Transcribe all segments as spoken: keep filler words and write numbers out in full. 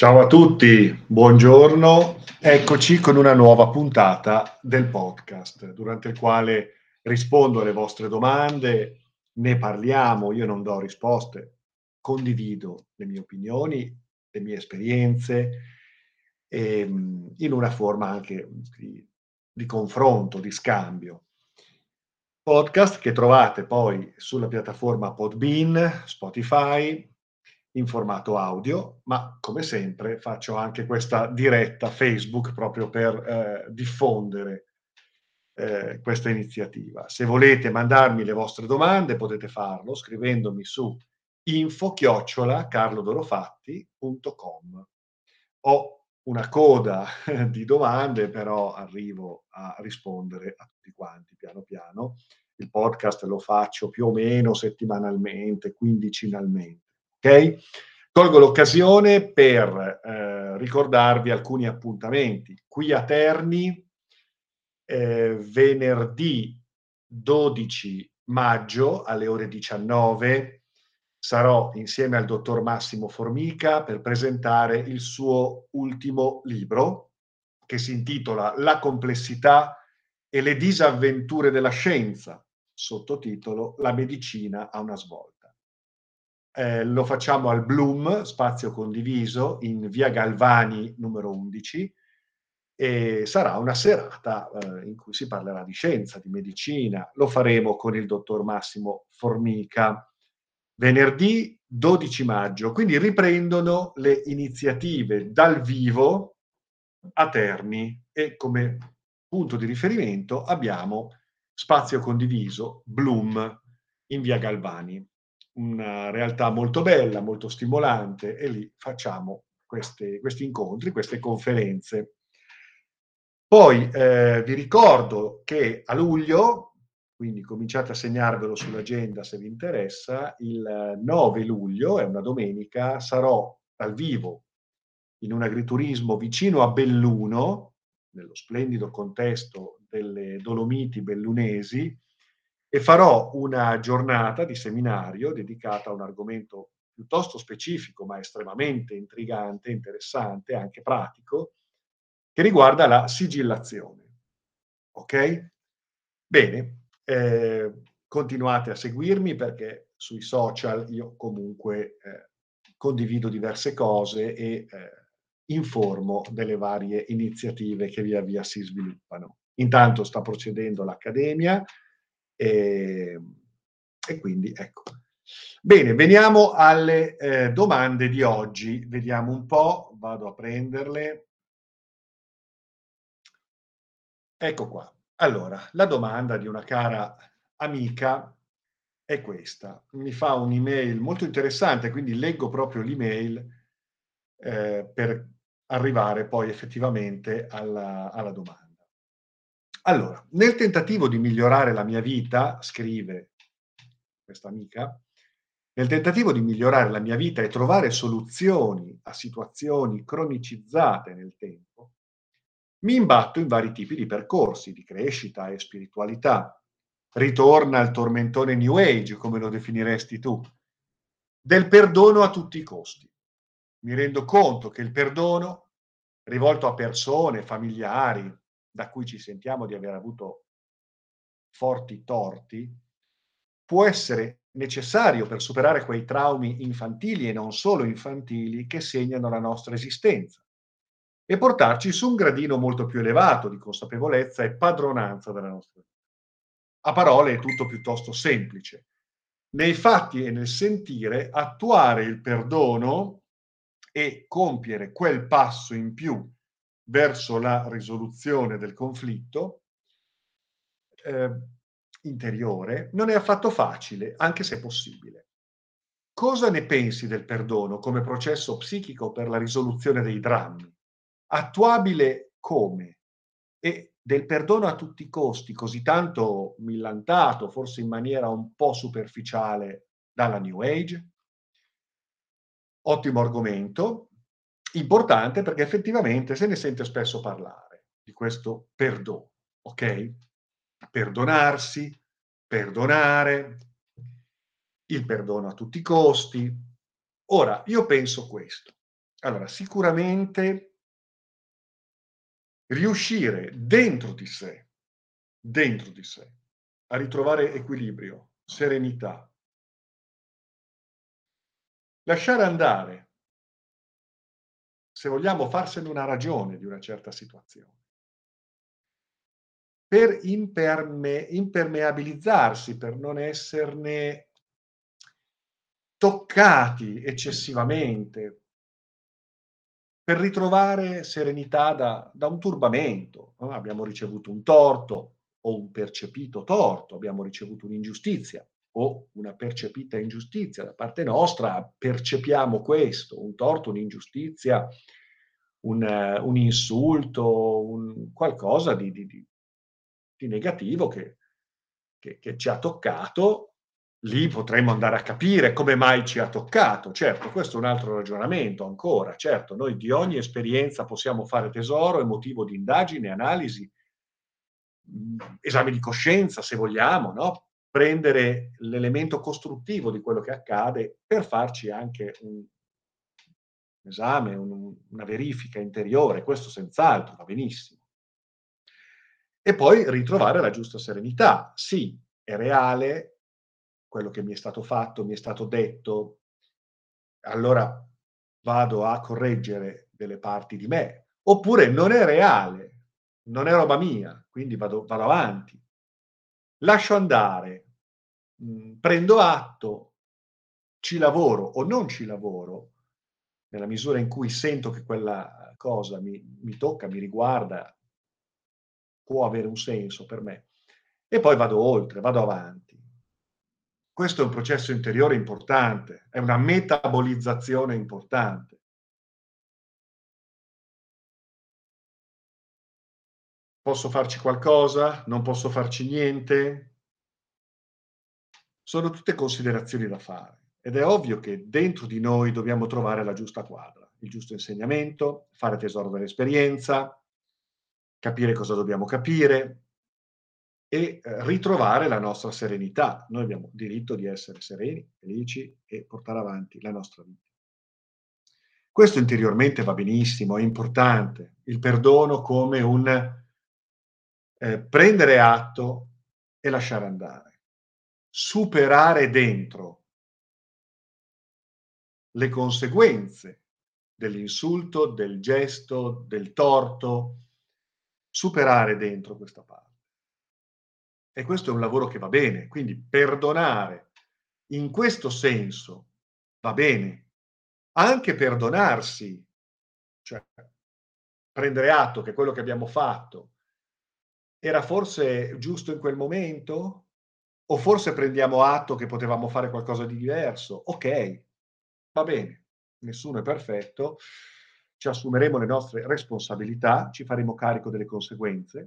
Ciao a tutti, buongiorno. Eccoci con una nuova puntata del podcast, durante il quale rispondo alle vostre domande, ne parliamo, io non do risposte, condivido le mie opinioni, le mie esperienze, ehm, in una forma anche di di confronto, di scambio. Podcast che trovate poi sulla piattaforma Podbean, Spotify, in formato audio, ma come sempre faccio anche questa diretta Facebook proprio per eh, diffondere eh, questa iniziativa. Se volete mandarmi le vostre domande potete farlo scrivendomi su info chiocciola carlodorofatti punto com. Ho una coda di domande, però arrivo a rispondere a tutti quanti piano piano. Il podcast lo faccio più o meno settimanalmente, quindicinalmente, ok? Colgo l'occasione per eh, ricordarvi alcuni appuntamenti. Qui a Terni, eh, venerdì dodici maggio alle ore diciannove sarò insieme al dottor Massimo Formica per presentare il suo ultimo libro che si intitola La complessità e le disavventure della scienza, sottotitolo La medicina a una svolta. Eh, lo facciamo al Bloom, spazio condiviso, in via Galvani numero undici, e sarà una serata eh, in cui si parlerà di scienza, di medicina. Lo faremo con il dottor Massimo Formica. Venerdì dodici maggio, quindi riprendono le iniziative dal vivo a Terni e come punto di riferimento abbiamo spazio condiviso Bloom in via Galvani, una realtà molto bella, molto stimolante, e lì facciamo queste, questi incontri, queste conferenze. Poi eh, vi ricordo che a luglio, quindi cominciate a segnarvelo sull'agenda se vi interessa, il nove luglio, è una domenica, sarò dal vivo in un agriturismo vicino a Belluno, nello splendido contesto delle Dolomiti bellunesi, e farò una giornata di seminario dedicata a un argomento piuttosto specifico, ma estremamente intrigante, interessante, anche pratico, che riguarda la sigillazione. Ok? Bene, eh, continuate a seguirmi perché sui social io comunque eh, condivido diverse cose e eh, informo delle varie iniziative che via via si sviluppano. Intanto sta procedendo l'Accademia e, e quindi ecco. Bene, veniamo alle eh, domande di oggi. Vediamo un po', vado a prenderle. Ecco qua. Allora, la domanda di una cara amica è questa. Mi fa un'email molto interessante, quindi leggo proprio l'email eh, per arrivare poi effettivamente alla, alla domanda. Allora, nel tentativo di migliorare la mia vita, scrive questa amica, nel tentativo di migliorare la mia vita e trovare soluzioni a situazioni cronicizzate nel tempo, mi imbatto in vari tipi di percorsi di crescita e spiritualità. Ritorna al tormentone New Age, come lo definiresti tu, del perdono a tutti i costi. Mi rendo conto che il perdono, rivolto a persone, familiari, da cui ci sentiamo di aver avuto forti torti, può essere necessario per superare quei traumi infantili e non solo infantili che segnano la nostra esistenza e portarci su un gradino molto più elevato di consapevolezza e padronanza della nostra vita. A parole è tutto piuttosto semplice. Nei fatti e nel sentire attuare il perdono e compiere quel passo in più verso la risoluzione del conflitto eh, interiore non è affatto facile, anche se è possibile. Cosa ne pensi del perdono come processo psichico per la risoluzione dei drammi? Attuabile come? E del perdono a tutti i costi, così tanto millantato, forse in maniera un po' superficiale, dalla New Age? Ottimo argomento, importante perché effettivamente se ne sente spesso parlare di questo perdono, ok? Perdonarsi, perdonare, il perdono a tutti i costi. Ora, io penso questo. Allora, sicuramente riuscire dentro di sé, dentro di sé, a ritrovare equilibrio, serenità, lasciare andare, se vogliamo farsene una ragione di una certa situazione, per imperme impermeabilizzarsi, per non esserne toccati eccessivamente, per ritrovare serenità da da un turbamento, no, abbiamo ricevuto un torto o un percepito torto, abbiamo ricevuto un'ingiustizia o una percepita ingiustizia da parte nostra, percepiamo questo, un torto, un'ingiustizia, un eh, un insulto, un qualcosa di di di di negativo che che che ci ha toccato. Lì potremmo andare a capire come mai ci ha toccato. Certo, questo è un altro ragionamento ancora. Certo, noi di ogni esperienza possiamo fare tesoro, è motivo di indagine, analisi, mhmm, esame di coscienza se vogliamo, no, prendere l'elemento costruttivo di quello che accade per farci anche un esame, un una verifica interiore, questo senz'altro, va benissimo. E poi ritrovare la giusta serenità. Sì, è reale quello che mi è stato fatto, mi è stato detto, allora vado a correggere delle parti di me. Oppure non è reale, non è roba mia, quindi vado vado avanti. Lascio andare, mhmm, prendo atto, ci lavoro o non ci lavoro, nella misura in cui sento che quella cosa mi mi tocca, mi riguarda, può avere un senso per me, e poi vado oltre, vado avanti. Questo è un processo interiore importante, è una metabolizzazione importante. Posso farci qualcosa? Non posso farci niente? Sono tutte considerazioni da fare ed è ovvio che dentro di noi dobbiamo trovare la giusta quadra, il giusto insegnamento, fare tesoro dell'esperienza, capire cosa dobbiamo capire e, ehm, ritrovare la nostra serenità. Noi abbiamo diritto di essere sereni, felici e portare avanti la nostra vita. Questo interiormente va benissimo, è importante. Il perdono come un, ehm, prendere atto e lasciare andare. Superare dentro le conseguenze dell'insulto, del gesto, del torto, superare dentro questa parte. E questo è un lavoro che va bene, quindi perdonare in questo senso va bene. Anche perdonarsi, cioè prendere atto che quello che abbiamo fatto era forse giusto in quel momento? O forse prendiamo atto che potevamo fare qualcosa di diverso? Okay, va bene, nessuno è perfetto, ci assumeremo le nostre responsabilità, ci faremo carico delle conseguenze,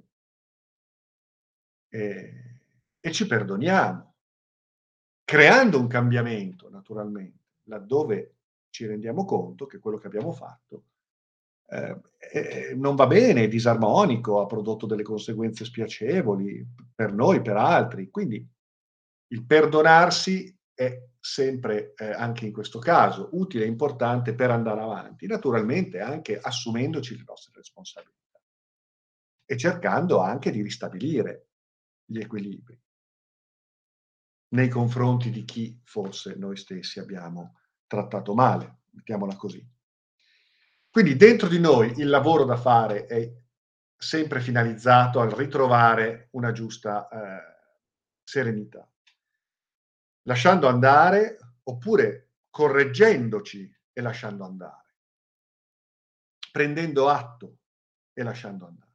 ehm, e ci perdoniamo, creando un cambiamento naturalmente, laddove ci rendiamo conto che quello che abbiamo fatto, ehm, ehm, non va bene, è disarmonico, ha prodotto delle conseguenze spiacevoli p per noi, per altri. Quindi il perdonarsi è sempre, ehm, anche in questo caso, utile e importante per andare avanti, naturalmente anche assumendoci le nostre responsabilità e cercando anche di ristabilire gli equilibri nei confronti di chi forse noi stessi abbiamo trattato male, mettiamola così. Quindi dentro di noi il lavoro da fare è sempre finalizzato al ritrovare una giusta, ehm, serenità. Lasciando andare, oppure correggendoci e lasciando andare, prendendo atto e lasciando andare.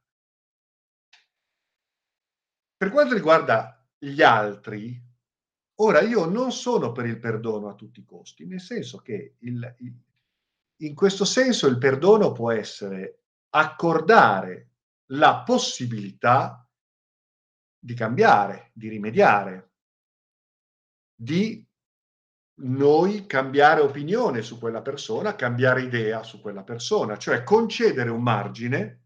Per quanto riguarda gli altri, ora io non sono per il perdono a tutti i costi, nel senso che il il in questo senso il perdono può essere accordare la possibilità di cambiare, di rimediare, di noi cambiare opinione su quella persona, cambiare idea su quella persona, cioè concedere un margine,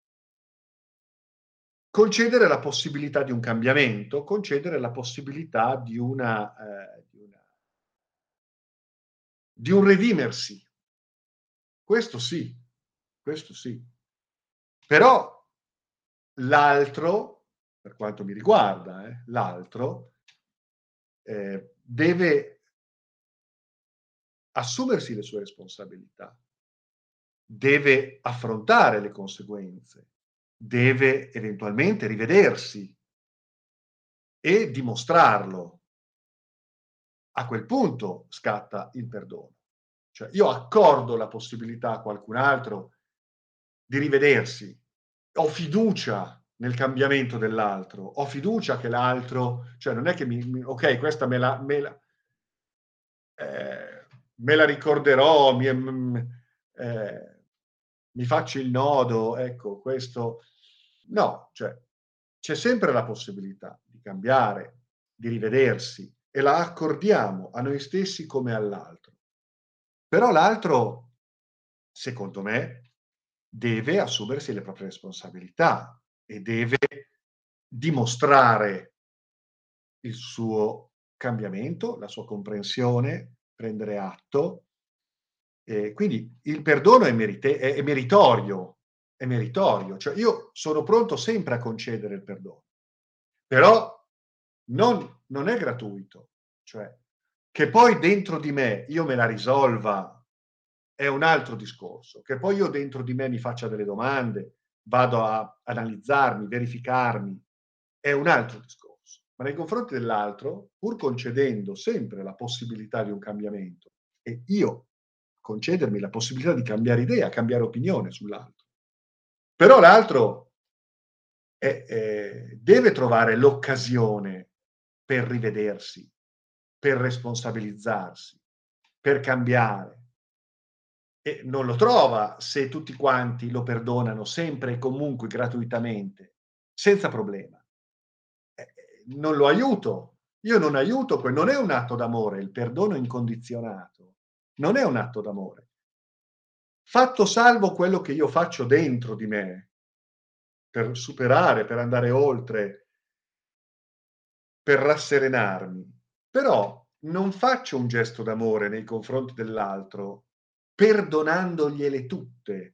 concedere la possibilità di un cambiamento, concedere la possibilità di una ehm, di una di un redimersi. questo sì, questo sì. Però l'altro, per quanto mi riguarda, eh, l'altro, ehm, deve assumersi le sue responsabilità, deve affrontare le conseguenze, deve eventualmente rivedersi e dimostrarlo. A quel punto scatta il perdono. Cioè io accordo la possibilità a qualcun altro di rivedersi, ho fiducia nel cambiamento dell'altro, ho fiducia che l'altro, cioè non è che mi mi okay, questa me la me la ehm, me la ricorderò, mi ehm, m ehm, mi faccio il nodo, ecco questo no, cioè c'è sempre la possibilità di cambiare, di rivedersi e la accordiamo a noi stessi come all'altro. Però l'altro, secondo me, deve assumersi le proprie responsabilità e deve dimostrare il suo cambiamento, la sua comprensione, prendere atto. E quindi il perdono è merite è è meritorio, è meritorio. Cioè io sono pronto sempre a concedere il perdono, però non non è gratuito. Cioè, che poi dentro di me io me la risolva è un altro discorso. Che poi io dentro di me mi faccia delle domande, vado a analizzarmi, verificarmi, è un altro discorso. Ma nei confronti dell'altro, pur concedendo sempre la possibilità di un cambiamento e io concedermi la possibilità di cambiare idea, cambiare opinione sull'altro. Però l'altro eh, ehm, deve trovare l'occasione per rivedersi, per responsabilizzarsi, per cambiare. E non lo trova se tutti quanti lo perdonano sempre e comunque gratuitamente, senza problema. Eh, ehm, non lo aiuto. Io non aiuto que non è un atto d'amore, il perdono incondizionato non è un atto d'amore. Fatto salvo quello che io faccio dentro di me per superare, per andare oltre, per rasserenarmi. Però non faccio un gesto d'amore nei confronti dell'altro perdonandogliele tutte.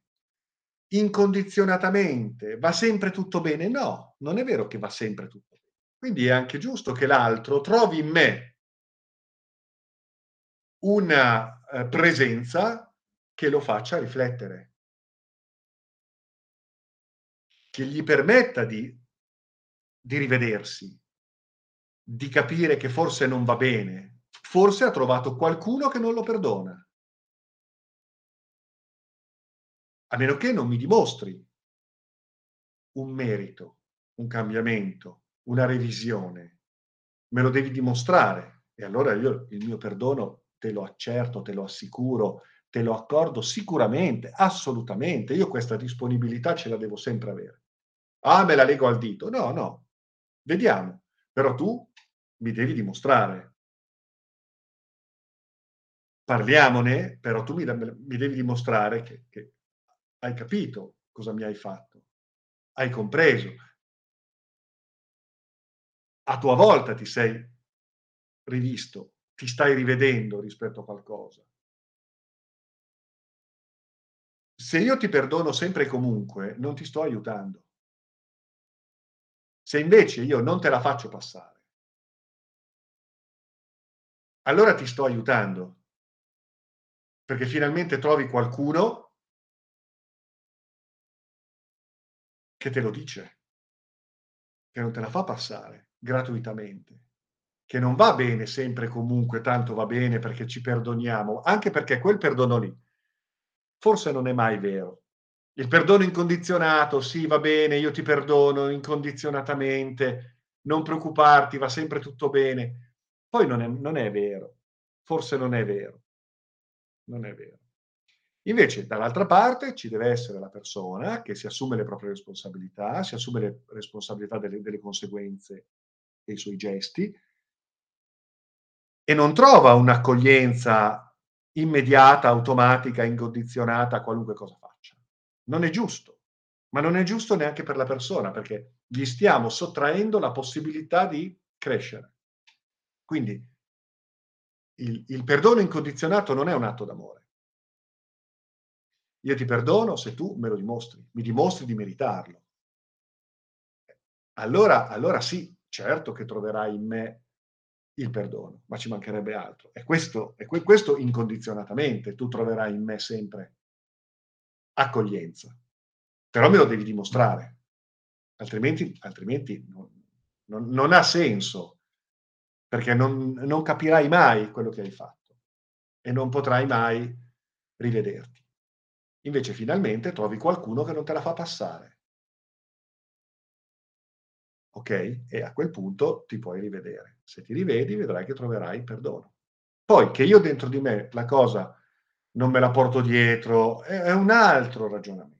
Incondizionatamente, va sempre tutto bene? No, non è vero che va sempre tutto bene. Quindi è anche giusto che l'altro trovi in me una, ehm, presenza che lo faccia riflettere, che gli permetta di di rivedersi, di capire che forse non va bene, forse ha trovato qualcuno che non lo perdona, a meno che non mi dimostri un merito, un cambiamento, una revisione. Me lo devi dimostrare e allora io il mio perdono te lo accerto, te lo assicuro, te lo accordo sicuramente, assolutamente. Io questa disponibilità ce la devo sempre avere. "Ah, me la lego al dito." No, no, vediamo. Però tu mi devi dimostrare. Parliamone, però tu mi da me mi devi dimostrare che che hai capito cosa mi hai fatto, hai compreso. A tua volta ti sei rivisto, ti stai rivedendo rispetto a qualcosa. Se io ti perdono sempre e comunque, non ti sto aiutando. Se invece io non te la faccio passare, allora ti sto aiutando, perché finalmente trovi qualcuno che te lo dice, che non te la fa passare gratuitamente, che non va bene sempre e comunque, tanto va bene perché ci perdoniamo, anche perché quel perdono lì forse non è mai vero. Il perdono incondizionato, sì, va bene, io ti perdono incondizionatamente, non preoccuparti, va sempre tutto bene. Poi non è non è vero. Forse non è vero, non è vero. Invece dall'altra parte ci deve essere la persona che si assume le proprie responsabilità, si assume le responsabilità delle delle conseguenze dei suoi gesti e non trova un'accoglienza immediata, automatica, incondizionata a qualunque cosa faccia. Non è giusto, ma non è giusto neanche per la persona, perché gli stiamo sottraendo la possibilità di crescere. Quindi il il perdono incondizionato non è un atto d'amore. Io ti perdono se tu me lo dimostri, mi dimostri di meritarlo. Allora allora sì, certo che troverai in me il perdono, ma ci mancherebbe altro. E questo e que questo incondizionatamente, tu troverai in me sempre accoglienza, però me lo devi dimostrare, altrimenti altrimenti non non non ha senso, perché non non capirai mai quello che hai fatto e non potrai mai rivederti. Invece finalmente trovi qualcuno che non te la fa passare, okay, e a quel punto ti puoi rivedere. Se ti rivedi vedrai che troverai perdono. Poi che io dentro di me la cosa non me la porto dietro è è un altro ragionamento,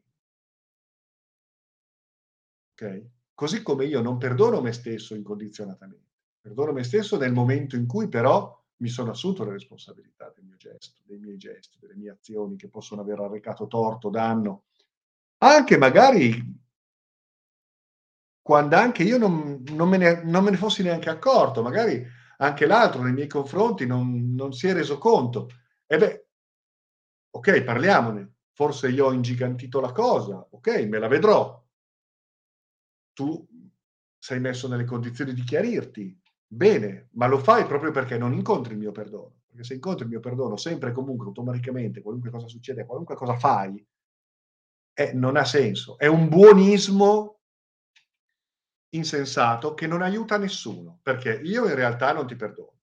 okay, così come io non perdono me stesso incondizionatamente. Perdono me stesso nel momento in cui però mi sono assunto le responsabilità del mio gesto, dei miei gesti, delle mie azioni che possono aver arrecato torto, danno, anche magari quand'anche io non non me ne non me ne fossi neanche accorto, magari anche l'altro nei miei confronti non non si è reso conto. E beh, okay, parliamone. Forse io ho ingigantito la cosa, okay, me la vedrò. Tu sei messo nelle condizioni di chiarirti. Bene, ma lo fai proprio perché non incontri il mio perdono. Perché se incontri il mio perdono sempre e comunque, automaticamente, qualunque cosa succede, qualunque cosa fai, eh, non ha senso. È un buonismo insensato che non aiuta nessuno, perché io in realtà non ti perdono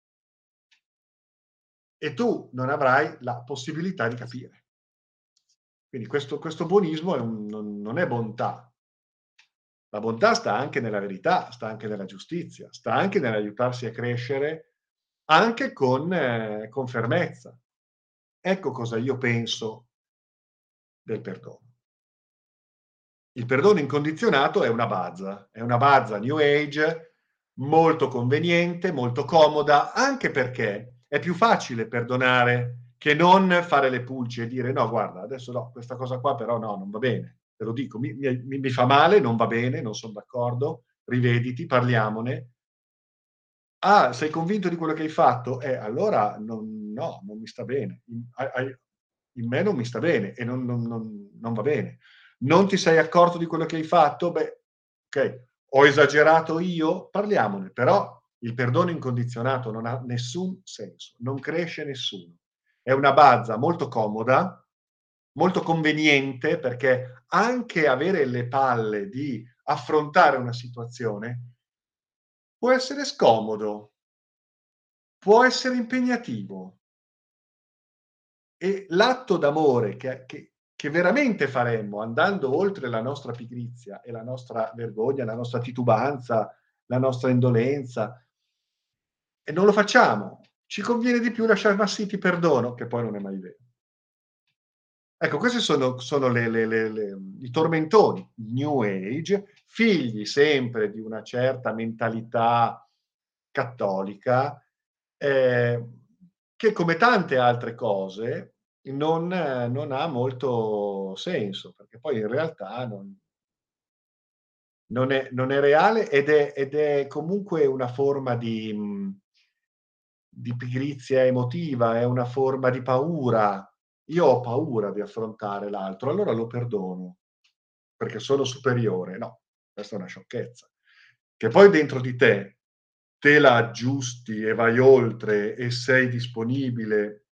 e tu non avrai la possibilità di capire. Quindi questo questo buonismo è un non non è bontà. La bontà sta anche nella verità, sta anche nella giustizia, sta anche nell'aiutarsi a crescere anche con eh, con fermezza. Ecco cosa io penso del perdono. Il perdono incondizionato è una bazza, è una bazza new age, molto conveniente, molto comoda, anche perché è più facile perdonare che non fare le pulci e dire: "No guarda, adesso no, questa cosa qua però no, non va bene. Te lo dico, mi mi mi mi fa male, non va bene, non son d'accordo, rivediti, parliamone". "Ah, sei convinto di quello che hai fatto? Eh, allora non no, non mi sta bene. In hai hai in me non mi sta bene e non non non non va bene. Non ti sei accorto di quello che hai fatto? Beh, okay, ho esagerato io? Parliamone, però il perdono incondizionato non ha nessun senso, non cresce nessuno. È una bazza molto comoda, molto conveniente, perché anche avere le palle di affrontare una situazione può essere scomodo, può essere impegnativo. E l'atto d'amore che che che veramente faremmo andando oltre la nostra pigrizia e la nostra vergogna, la nostra titubanza, la nostra indolenza, e non lo facciamo. Ci conviene di più lasciar: "Ma sì, ti perdono", che poi non è mai vero. Ecco, questi sono sono le le le le i tormentoni new age, figli sempre di una certa mentalità cattolica, ehm, che come tante altre cose non non ha molto senso, perché poi in realtà non non è non è reale ed è ed è comunque una forma di mhmm, di pigrizia emotiva, è una forma di paura. Io ho paura di affrontare l'altro, allora lo perdono, perché sono superiore. No, questa è una sciocchezza. Che poi dentro di te te la aggiusti e vai oltre e sei disponibile,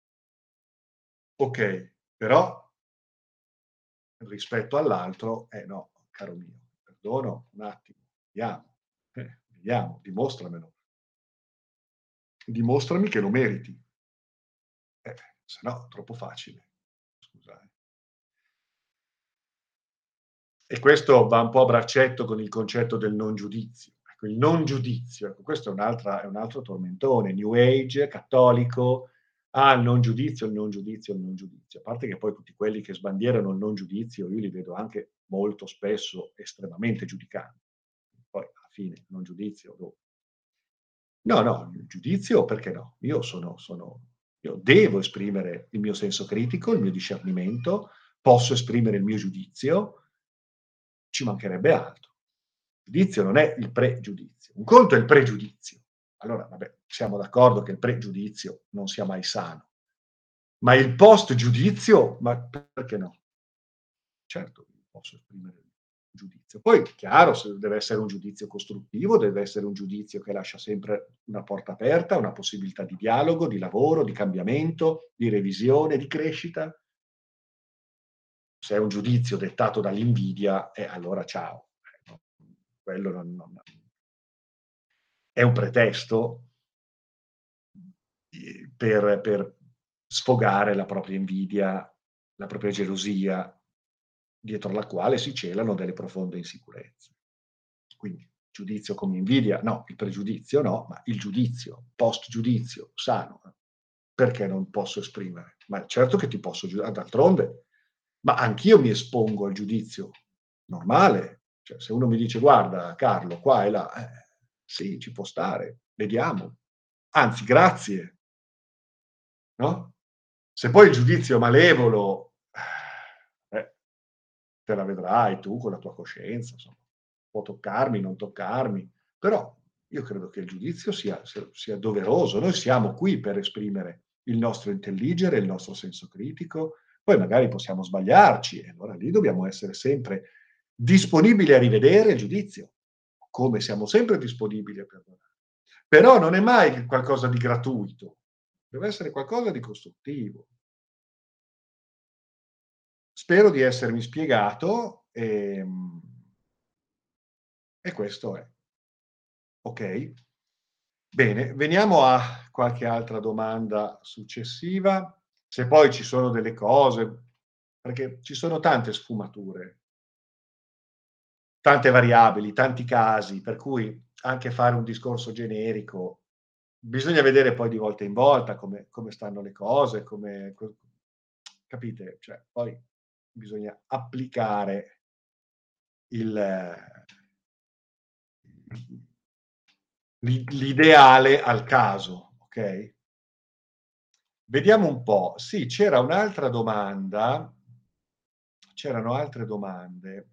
okay, però rispetto all'altro, eh no, caro mio, perdono un attimo, vediamo, eh, vediamo, dimostramelo. Dimostrami che lo meriti. Eh, se no troppo facile. Scusa, eh. E questo va un po' a braccetto con il concetto del non giudizio. Ecco, il non giudizio, ecco, questo è un'altra è un altro tormentone, new age, cattolico. Ah, il non giudizio, il non giudizio, il non giudizio. A parte che poi tutti quelli che sbandierano il non giudizio, io li vedo anche molto spesso estremamente giudicanti. Poi alla fine il non giudizio, boh. No, no, il giudizio perché no? Io sono sono io devo esprimere il mio senso critico, il mio discernimento, posso esprimere il mio giudizio, ci mancherebbe altro. Il giudizio non è il pregiudizio. Un conto è il pregiudizio. Allora, vabbè, siamo d'accordo che il pregiudizio non sia mai sano, ma il post giudizio, ma perché no? certo posso esprimere un giudizio. Poi chiaro, se deve essere un giudizio costruttivo, deve essere un giudizio che lascia sempre una porta aperta, una possibilità di dialogo, di lavoro, di cambiamento, di revisione, di crescita. Se è un giudizio dettato dall'invidia, eh, allora ciao. Eh, no, quello non non è un pretesto i per per sfogare la propria invidia, la propria gelosia, dietro la quale si celano delle profonde insicurezze. Quindi giudizio come invidia no, il pregiudizio no, ma il giudizio, post giudizio sano, eh, perché non posso esprimere? Ma certo che ti posso giu ah, d'altronde ma anch'io mi espongo al giudizio normale. Cioè, se uno mi dice: "Guarda Carlo, qua e là", eh, sì, ci può stare, vediamo. Anzi, grazie, no? Se poi il giudizio è malevolo, eh, te la vedrai tu con la tua coscienza, insomma. Può toccarmi, non toccarmi, però io credo che il giudizio sia sia sia doveroso. Noi siamo qui per esprimere il nostro intelligere, il nostro senso critico, poi magari possiamo sbagliarci e allora lì dobbiamo essere sempre disponibili a rivedere il giudizio, come siamo sempre disponibili a perdonare. Però non è mai qualcosa di gratuito, deve essere qualcosa di costruttivo. Spero di essermi spiegato, ehm, e questo è. Okay? Bene, veniamo a qualche altra domanda successiva. Se poi ci sono delle cose perché ci sono tante sfumature, tante variabili, tanti casi, per cui anche fare un discorso generico bisogna vedere poi di volta in volta come come stanno le cose, come co capite? Cioè, poi bisogna applicare il l'i l'ideale al caso, okay? Vediamo un po'. Sì, c'era un'altra domanda c'erano altre domande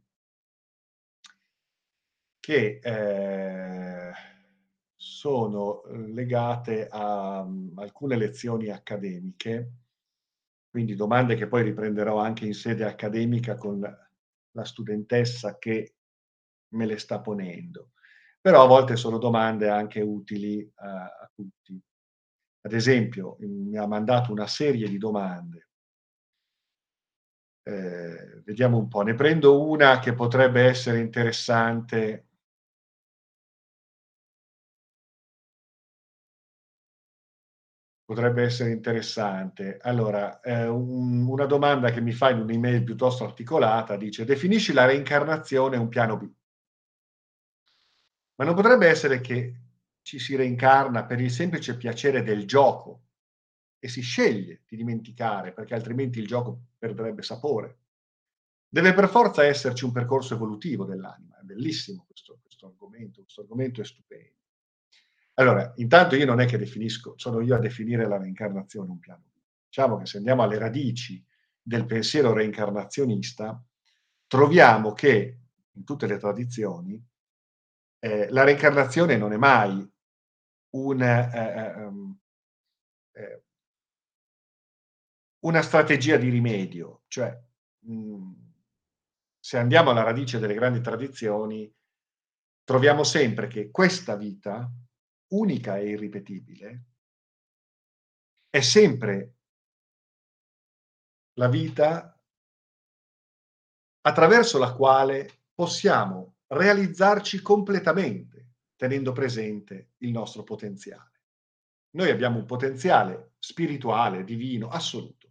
che, ehm, sono, uhm, legate a, mhmm, alcune lezioni accademiche, quindi domande che poi riprenderò anche in sede accademica con la studentessa che me le sta ponendo. Però a volte sono domande anche utili a a tutti. Ad esempio, mhmm, mi ha mandato una serie di domande. Ehm, vediamo un po', ne prendo una che potrebbe essere interessante potrebbe essere interessante. Allora, ehm, un una domanda che mi fa in un'email piuttosto articolata dice: "Definisci la reincarnazione un piano B". Ma non potrebbe essere che ci si reincarna per il semplice piacere del gioco e si sceglie di dimenticare, perché altrimenti il gioco perderebbe sapore? Deve per forza esserci un percorso evolutivo dell'anima. È bellissimo questo questo argomento, questo argomento è stupendo. Allora, intanto io non è che definisco sono io a definire la reincarnazione un piano B. Diciamo che se andiamo alle radici del pensiero reincarnazionista, troviamo che in tutte le tradizioni, ehm, la reincarnazione non è mai un eh, eh, ehm, ehm, una strategia di rimedio, cioè, mhmm, se andiamo alla radice delle grandi tradizioni, troviamo sempre che questa vita, unica e irripetibile, è sempre la vita attraverso la quale possiamo realizzarci completamente, tenendo presente il nostro potenziale. Noi abbiamo un potenziale spirituale, divino, assoluto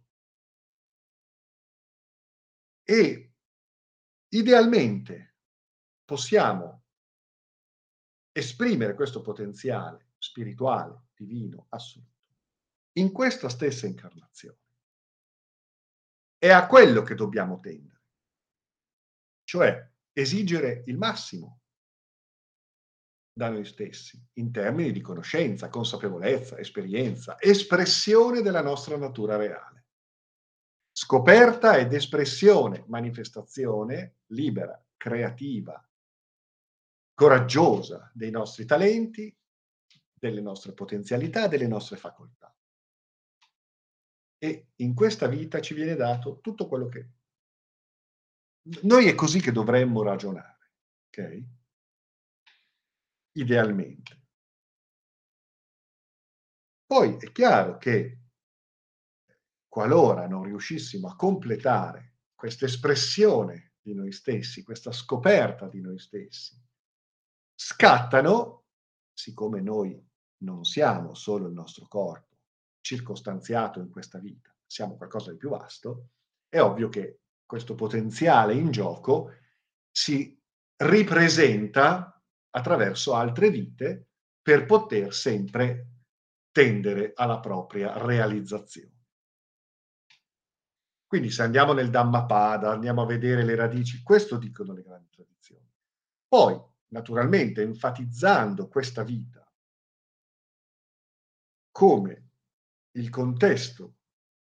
e idealmente possiamo esprimere questo potenziale spirituale, divino, assoluto in questa stessa incarnazione. È a quello che dobbiamo tendere, cioè esigere il massimo da noi stessi, in termini di conoscenza, consapevolezza, esperienza, espressione della nostra natura reale. Scoperta ed espressione, manifestazione libera, creativa, coraggiosa dei nostri talenti, delle nostre potenzialità, delle nostre facoltà. E in questa vita ci viene dato tutto quello che Noi è così che dovremmo ragionare, okay? Idealmente. Poi è chiaro che qualora non riuscissimo a completare questa espressione di noi stessi, questa scoperta di noi stessi, scattano, siccome noi non siamo solo il nostro corpo circostanziato in questa vita, siamo qualcosa di più vasto, è ovvio che questo potenziale in gioco si ripresenta attraverso altre vite per poter sempre tendere alla propria realizzazione. Quindi se andiamo nel Dhammapada, andiamo a vedere le radici, questo dicono le grandi tradizioni. Poi, naturalmente, enfatizzando questa vita come il contesto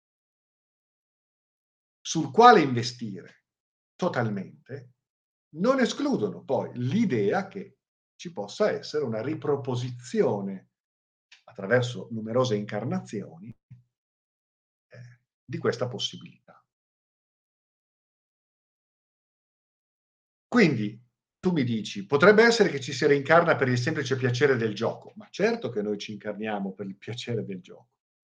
sul quale investire totalmente, non escludono poi l'idea che ci possa essere una riproposizione attraverso numerose incarnazioni eh, di questa possibilità. Quindi tu mi dici, potrebbe essere che ci si reincarna per il semplice piacere del gioco, ma certo che noi ci incarniamo per il piacere del gioco,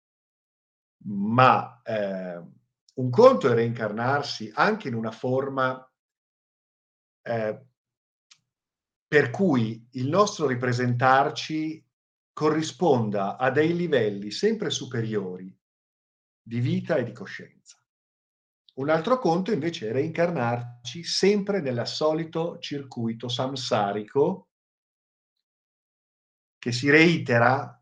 ma ehm, un conto è reincarnarsi anche in una forma eh, per cui il nostro ripresentarci corrisponda a dei livelli sempre superiori di vita e di coscienza. Un altro conto invece è reincarnarci sempre nel solito circuito samsarico che si reitera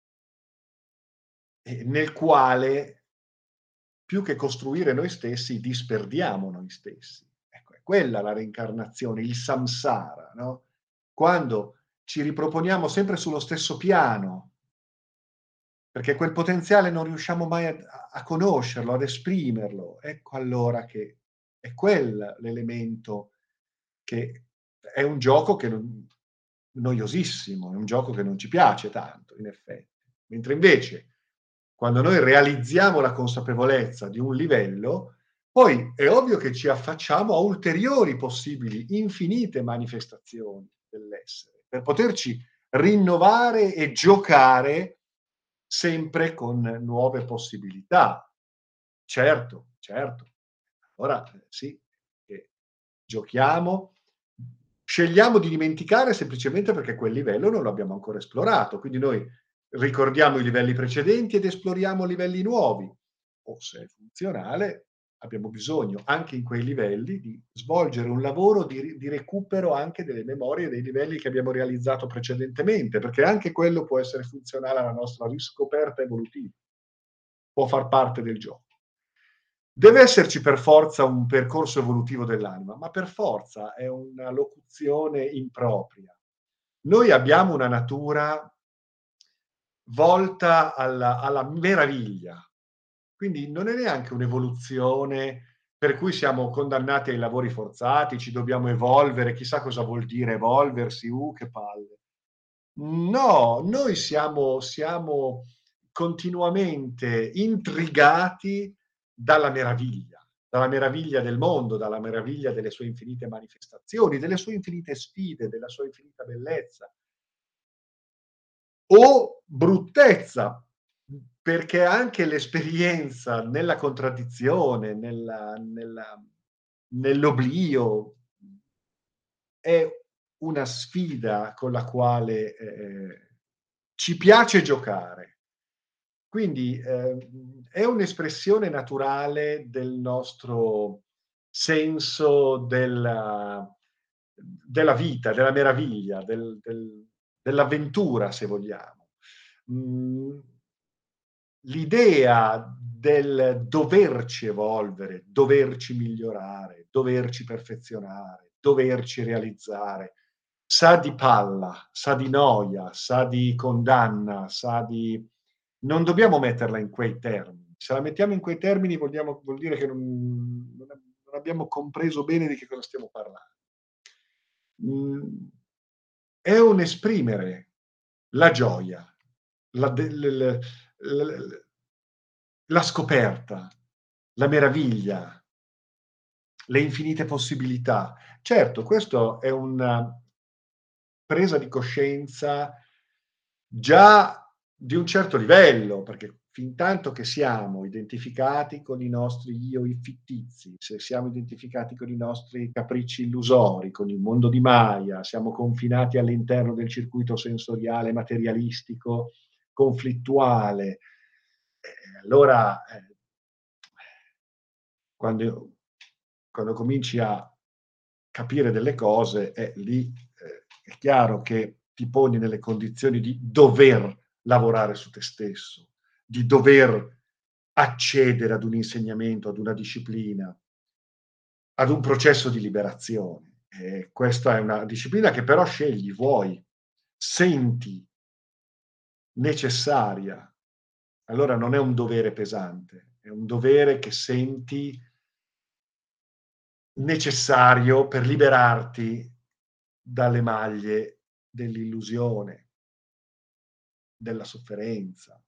e nel quale più che costruire noi stessi disperdiamo noi stessi. Ecco, è quella la reincarnazione, il samsara, no, quando ci riproponiamo sempre sullo stesso piano, perché quel potenziale non riusciamo mai a a conoscerlo, ad esprimerlo. Ecco allora che è quel l'elemento che è un gioco che non noiosissimo, è un gioco che non ci piace tanto in effetti. Mentre invece quando noi realizziamo la consapevolezza di un livello, poi è ovvio che ci affacciamo a ulteriori possibili, infinite manifestazioni dell'essere, per poterci rinnovare e giocare sempre con nuove possibilità. Certo, certo. Allora, eh, sì, che giochiamo, scegliamo di dimenticare semplicemente perché quel livello non lo abbiamo ancora esplorato. Quindi noi ricordiamo i livelli precedenti ed esploriamo livelli nuovi. O se è funzionale, abbiamo bisogno anche in quei livelli di svolgere un lavoro di, ri- di recupero anche delle memorie dei livelli che abbiamo realizzato precedentemente, perché anche quello può essere funzionale alla nostra riscoperta evolutiva, può far parte del gioco. Deve esserci per forza un percorso evolutivo dell'anima, ma per forza è una locuzione impropria. Noi abbiamo una natura volta alla alla meraviglia, quindi non è neanche un'evoluzione per cui siamo condannati ai lavori forzati, ci dobbiamo evolvere, chissà cosa vuol dire evolversi, uh, che palle. No, noi siamo siamo continuamente intrigati dalla meraviglia, dalla meraviglia del mondo, dalla meraviglia delle sue infinite manifestazioni, delle sue infinite sfide, della sua infinita bellezza. O bruttezza, perché anche l'esperienza nella contraddizione, nella nella nell'oblio è una sfida con la quale, ehm, ci piace giocare. Quindi, ehm, è un'espressione naturale del nostro senso della della vita, della meraviglia, del del dell'avventura se vogliamo. Mhmm, L'idea del doverci evolvere, doverci migliorare, doverci perfezionare, doverci realizzare, sa di palla, sa di noia, sa di condanna, sa di non dobbiamo metterla in quei termini. Se la mettiamo in quei termini vogliamo vuol dire che non non ab non abbiamo compreso bene di che cosa stiamo parlando. Mhmm, è un esprimere la gioia, la de l l l l la scoperta, la meraviglia, le infinite possibilità. Certo, questo è una presa di coscienza già di un certo livello, perché fintanto che siamo identificati con i nostri io i fittizi, se siamo identificati con i nostri capricci illusori, con il mondo di Maya, siamo confinati all'interno del circuito sensoriale materialistico conflittuale, eh, allora, eh, quando quando cominci a capire delle cose, eh, lì, ehm, è chiaro che ti poni nelle condizioni di dover lavorare su te stesso, di dover accedere ad un insegnamento, ad una disciplina, ad un processo di liberazione. E questa è una disciplina che però scegli, vuoi, senti necessaria. Allora non è un dovere pesante, è un dovere che senti necessario per liberarti dalle maglie dell'illusione, della sofferenza,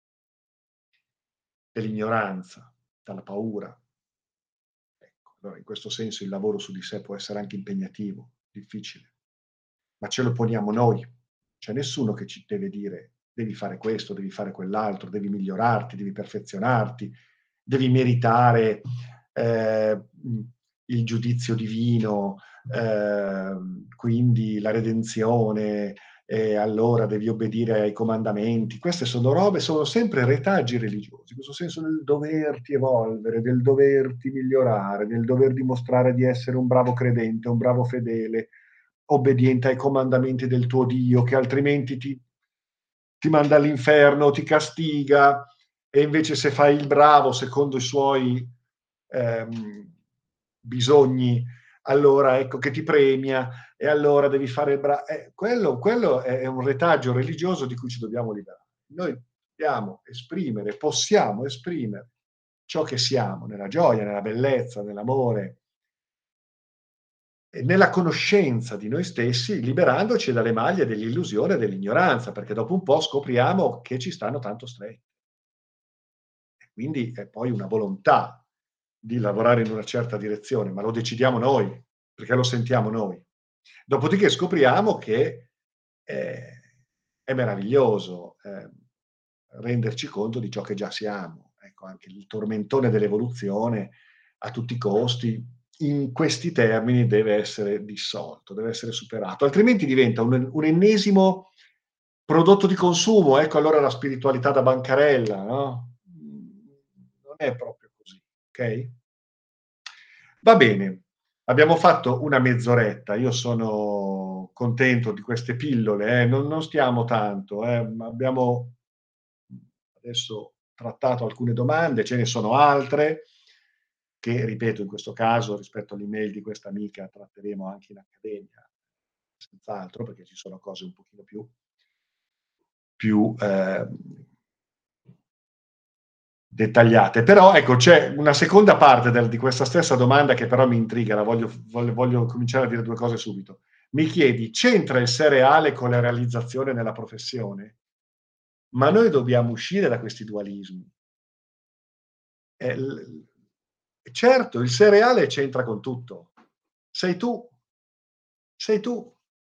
dell'ignoranza, dalla paura. Ecco, allora in questo senso il lavoro su di sé può essere anche impegnativo, difficile, ma ce lo poniamo noi. C'è nessuno che ci deve dire: "Devi fare questo, devi fare quell'altro, devi migliorarti, devi perfezionarti, devi meritare, ehm, mhmm, il giudizio divino, ehm, quindi la redenzione, e allora devi obbedire ai comandamenti." Queste sono robe sono sempre retaggi religiosi, questo senso del doverti evolvere, del doverti migliorare, del dover dimostrare di essere un bravo credente, un bravo fedele, obbediente ai comandamenti del tuo Dio, che altrimenti ti ti manda all'inferno, ti castiga, e invece se fai il bravo secondo i suoi, ehm, bisogni, allora ecco che ti premia, e allora devi fare il bra eh, quello quello è è un retaggio religioso di cui ci dobbiamo liberare. Noi dobbiamo esprimere, possiamo esprimere ciò che siamo, nella gioia, nella bellezza, nell'amore e nella conoscenza di noi stessi, liberandoci dalle maglie dell'illusione e dell'ignoranza, perché dopo un po' scopriamo che ci stanno tanto strette. E quindi è poi una volontà di lavorare in una certa direzione, ma lo decidiamo noi, perché lo sentiamo noi. Dopodiché scopriamo che, ehm, è meraviglioso, ehm, renderci conto di ciò che già siamo. Ecco, anche il tormentone dell'evoluzione a tutti i costi, in questi termini deve essere dissolto, deve essere superato, altrimenti diventa un un ennesimo prodotto di consumo. Ecco allora la spiritualità da bancarella, no, mhmm, non è proprio così, okay? Va bene, abbiamo fatto una mezz'oretta, io sono contento di queste pillole, eh, non non stiamo tanto, eh, ma abbiamo, mhmm, adesso trattato alcune domande, ce ne sono altre che, ripeto, in questo caso rispetto all'email di questa amica tratteremo anche in accademia, senz'altro, perché ci sono cose un pochino più più, ehm dettagliate. Però ecco, c'è una seconda parte del di questa stessa domanda che però mi intriga, la voglio f voglio voglio cominciare a dire due cose subito. Mi chiedi: c'entra il sé reale con la realizzazione nella professione? Ma noi dobbiamo uscire da questi dualismi. E l certo, il sé reale c'entra con tutto. Sei tu, sei tu,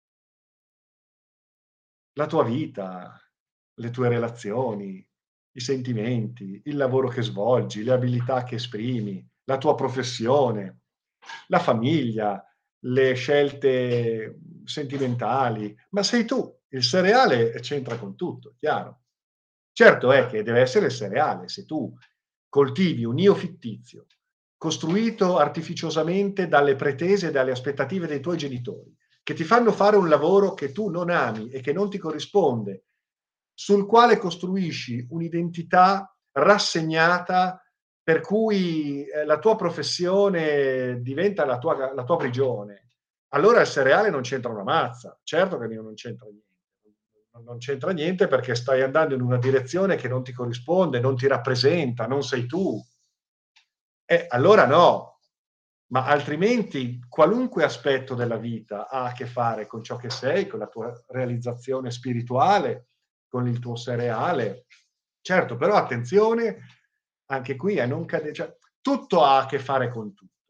la tua vita, le tue relazioni, i sentimenti, il lavoro che svolgi, le abilità che esprimi, la tua professione, la famiglia, le scelte sentimentali, ma sei tu. Il sé reale c'entra con tutto, chiaro. Certo è che deve essere il sé reale. Se tu coltivi un io fittizio, costruito artificiosamente dalle pretese e dalle aspettative dei tuoi genitori, che ti fanno fare un lavoro che tu non ami e che non ti corrisponde, sul quale costruisci un'identità rassegnata, per cui, ehm, la tua professione diventa la tua la tua prigione, allora il sé reale non c'entra una mazza. Certo che non c'entra niente. Non non c'entra niente perché stai andando in una direzione che non ti corrisponde, non ti rappresenta, non sei tu. Eh, allora no. Ma altrimenti qualunque aspetto della vita ha a che fare con ciò che sei, con la tua realizzazione spirituale, con il tuo sé reale. Certo, però attenzione anche qui a non cade cioè tutto ha a che fare con tutto.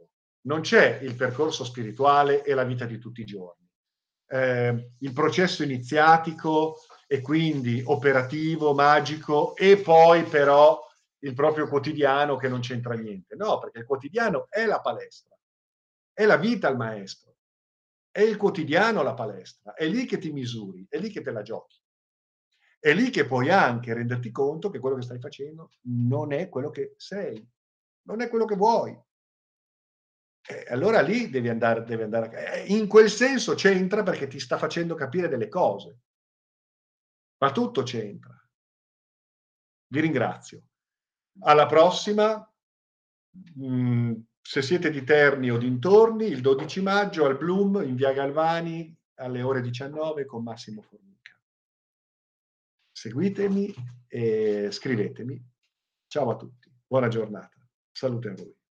Non c'è il percorso spirituale e la vita di tutti i giorni. Eh, il processo iniziatico e quindi operativo, magico, e poi però il proprio quotidiano che non c'entra niente. No, perché il quotidiano è la palestra, è la vita il maestro, è il quotidiano la palestra, è lì che ti misuri, è lì che te la giochi. È lì che puoi anche renderti conto che quello che stai facendo non è quello che sei, non è quello che vuoi. E allora lì devi andare, devi andare a... eh, in quel senso c'entra perché ti sta facendo capire delle cose, ma tutto c'entra. Vi ringrazio. Alla prossima. Mm, se siete di Terni o dintorni, il dodici maggio al Bloom in via Galvani alle ore diciannove con Massimo Formica. Seguitemi e scrivetemi. Ciao a tutti, buona giornata. Salute a voi.